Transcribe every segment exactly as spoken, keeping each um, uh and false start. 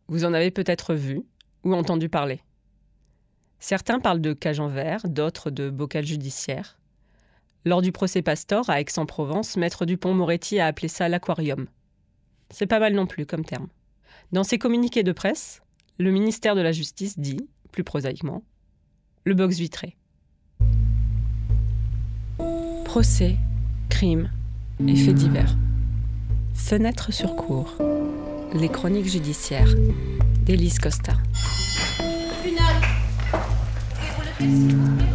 Vous en avez peut-être vu ou entendu parler. Certains parlent de cage en verre, d'autres de bocal judiciaire. Lors du procès Pastor à Aix-en-Provence, maître Dupond-Moretti a appelé ça l'aquarium. C'est pas mal non plus comme terme. Dans ses communiqués de presse, le ministère de la Justice dit, plus prosaïquement, le box vitré. Procès, crimes et faits divers. Fenêtre sur cour. Les chroniques judiciaires d'Élise Costa. Final. Et vous le faites, s'il vous plaît.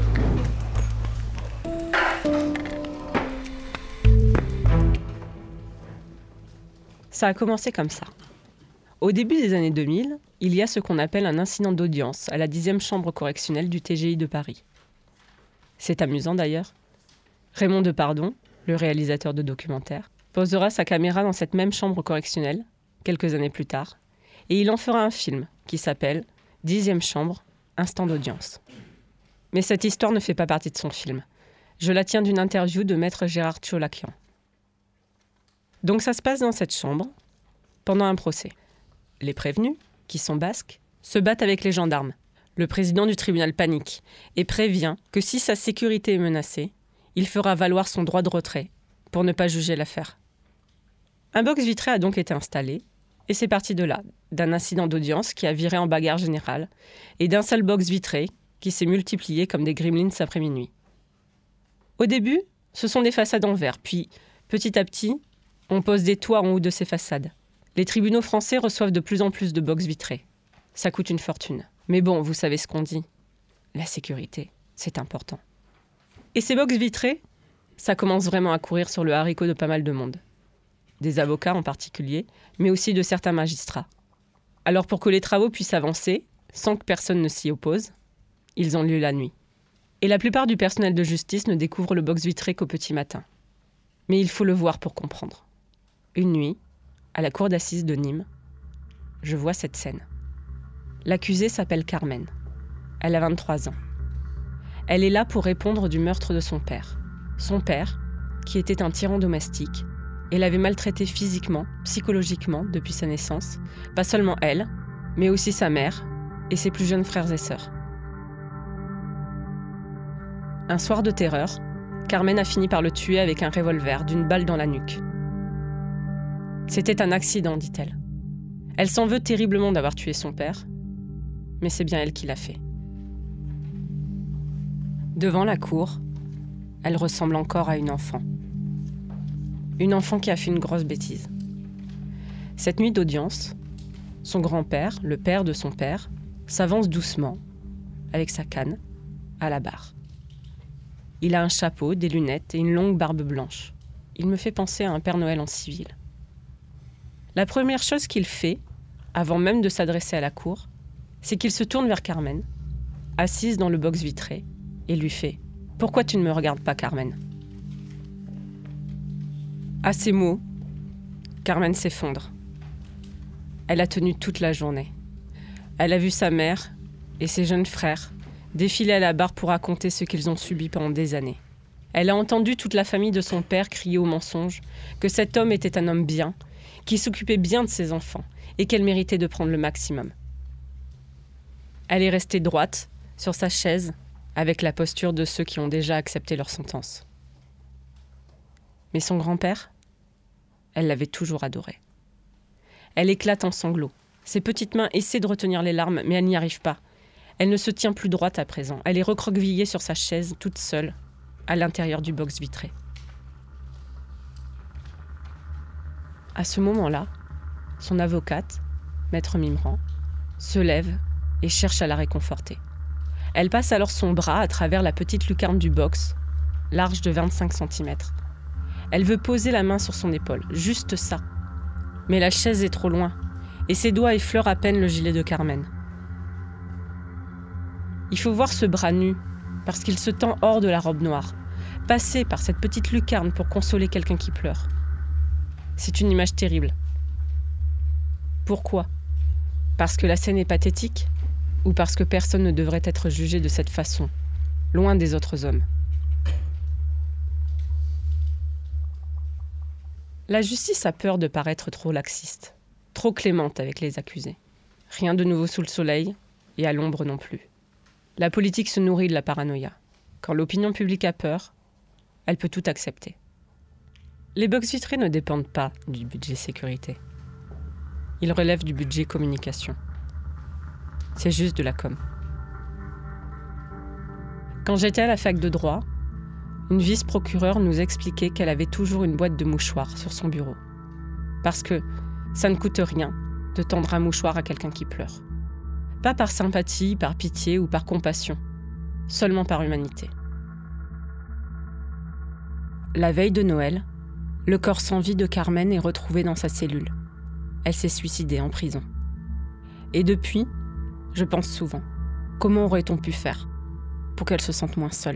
Ça a commencé comme ça. Au début des années deux mille, il y a ce qu'on appelle un incident d'audience à la dixième chambre correctionnelle du T G I de Paris. C'est amusant d'ailleurs. Raymond Depardon, le réalisateur de documentaires, posera sa caméra dans cette même chambre correctionnelle, quelques années plus tard, et il en fera un film qui s'appelle « Dixième chambre, instant d'audience ». Mais cette histoire ne fait pas partie de son film. Je la tiens d'une interview de maître Gérard Tcholakian. Donc ça se passe dans cette chambre, pendant un procès. Les prévenus, qui sont basques, se battent avec les gendarmes. Le président du tribunal panique et prévient que si sa sécurité est menacée, il fera valoir son droit de retrait pour ne pas juger l'affaire. Un box vitré a donc été installé, et c'est parti de là, d'un incident d'audience qui a viré en bagarre générale, et d'un seul box vitré qui s'est multiplié comme des gremlins après minuit. Au début, ce sont des façades en verre, puis, petit à petit, on pose des toits en haut de ces façades. Les tribunaux français reçoivent de plus en plus de box vitrés. Ça coûte une fortune. Mais bon, vous savez ce qu'on dit. La sécurité, c'est important. Et ces box vitrés, ça commence vraiment à courir sur le haricot de pas mal de monde. Des avocats en particulier, mais aussi de certains magistrats. Alors pour que les travaux puissent avancer, sans que personne ne s'y oppose, ils ont lieu la nuit. Et la plupart du personnel de justice ne découvre le box vitré qu'au petit matin. Mais il faut le voir pour comprendre. Une nuit, à la cour d'assises de Nîmes, je vois cette scène. L'accusée s'appelle Carmen. Elle a vingt-trois ans. Elle est là pour répondre du meurtre de son père. Son père, qui était un tyran domestique, et l'avait maltraitée physiquement, psychologiquement depuis sa naissance, pas seulement elle, mais aussi sa mère et ses plus jeunes frères et sœurs. Un soir de terreur, Carmen a fini par le tuer avec un revolver d'une balle dans la nuque. C'était un accident, dit-elle. Elle s'en veut terriblement d'avoir tué son père, mais c'est bien elle qui l'a fait. Devant la cour, elle ressemble encore à une enfant. Une enfant qui a fait une grosse bêtise. Cette nuit d'audience, son grand-père, le père de son père, s'avance doucement, avec sa canne, à la barre. Il a un chapeau, des lunettes et une longue barbe blanche. Il me fait penser à un Père Noël en civil. La première chose qu'il fait, avant même de s'adresser à la cour, c'est qu'il se tourne vers Carmen, assise dans le box vitré, et lui fait « Pourquoi tu ne me regardes pas, Carmen ?» À ces mots, Carmen s'effondre. Elle a tenu toute la journée. Elle a vu sa mère et ses jeunes frères défiler à la barre pour raconter ce qu'ils ont subi pendant des années. Elle a entendu toute la famille de son père crier au mensonge que cet homme était un homme bien, qui s'occupait bien de ses enfants et qu'elle méritait de prendre le maximum. Elle est restée droite, sur sa chaise, avec la posture de ceux qui ont déjà accepté leur sentence. Mais son grand-père, elle l'avait toujours adoré. Elle éclate en sanglots. Ses petites mains essaient de retenir les larmes, mais elle n'y arrive pas. Elle ne se tient plus droite à présent. Elle est recroquevillée sur sa chaise, toute seule, à l'intérieur du box vitré. À ce moment-là, son avocate, maître Mimran, se lève et cherche à la réconforter. Elle passe alors son bras à travers la petite lucarne du box, large de vingt-cinq centimètres. Elle veut poser la main sur son épaule, juste ça. Mais la chaise est trop loin, et ses doigts effleurent à peine le gilet de Carmen. Il faut voir ce bras nu, parce qu'il se tend hors de la robe noire, passer par cette petite lucarne pour consoler quelqu'un qui pleure. C'est une image terrible. Pourquoi ? Parce que la scène est pathétique ? Ou parce que personne ne devrait être jugé de cette façon, loin des autres hommes ? La justice a peur de paraître trop laxiste, trop clémente avec les accusés. Rien de nouveau sous le soleil, et à l'ombre non plus. La politique se nourrit de la paranoïa. Quand l'opinion publique a peur, elle peut tout accepter. Les box vitrées ne dépendent pas du budget sécurité. Ils relèvent du budget communication. C'est juste de la com. Quand j'étais à la fac de droit, une vice-procureure nous expliquait qu'elle avait toujours une boîte de mouchoirs sur son bureau. Parce que ça ne coûte rien de tendre un mouchoir à quelqu'un qui pleure. Pas par sympathie, par pitié ou par compassion, seulement par humanité. La veille de Noël, le corps sans vie de Carmen est retrouvé dans sa cellule. Elle s'est suicidée en prison. Et depuis, je pense souvent, comment aurait-on pu faire pour qu'elle se sente moins seule ?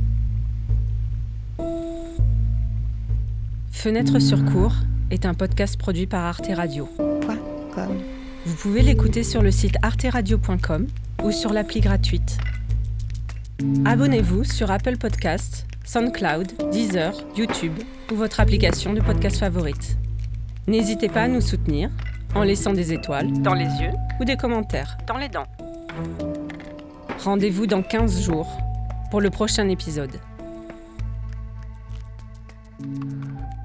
Fenêtre sur cour est un podcast produit par Arte Radio. Com. Vous pouvez l'écouter sur le site arte radio point com ou sur l'appli gratuite. Abonnez-vous sur Apple Podcasts, SoundCloud, Deezer, YouTube ou votre application de podcast favorite. N'hésitez pas à nous soutenir en laissant des étoiles dans les yeux ou des commentaires dans les dents. Rendez-vous dans quinze jours pour le prochain épisode.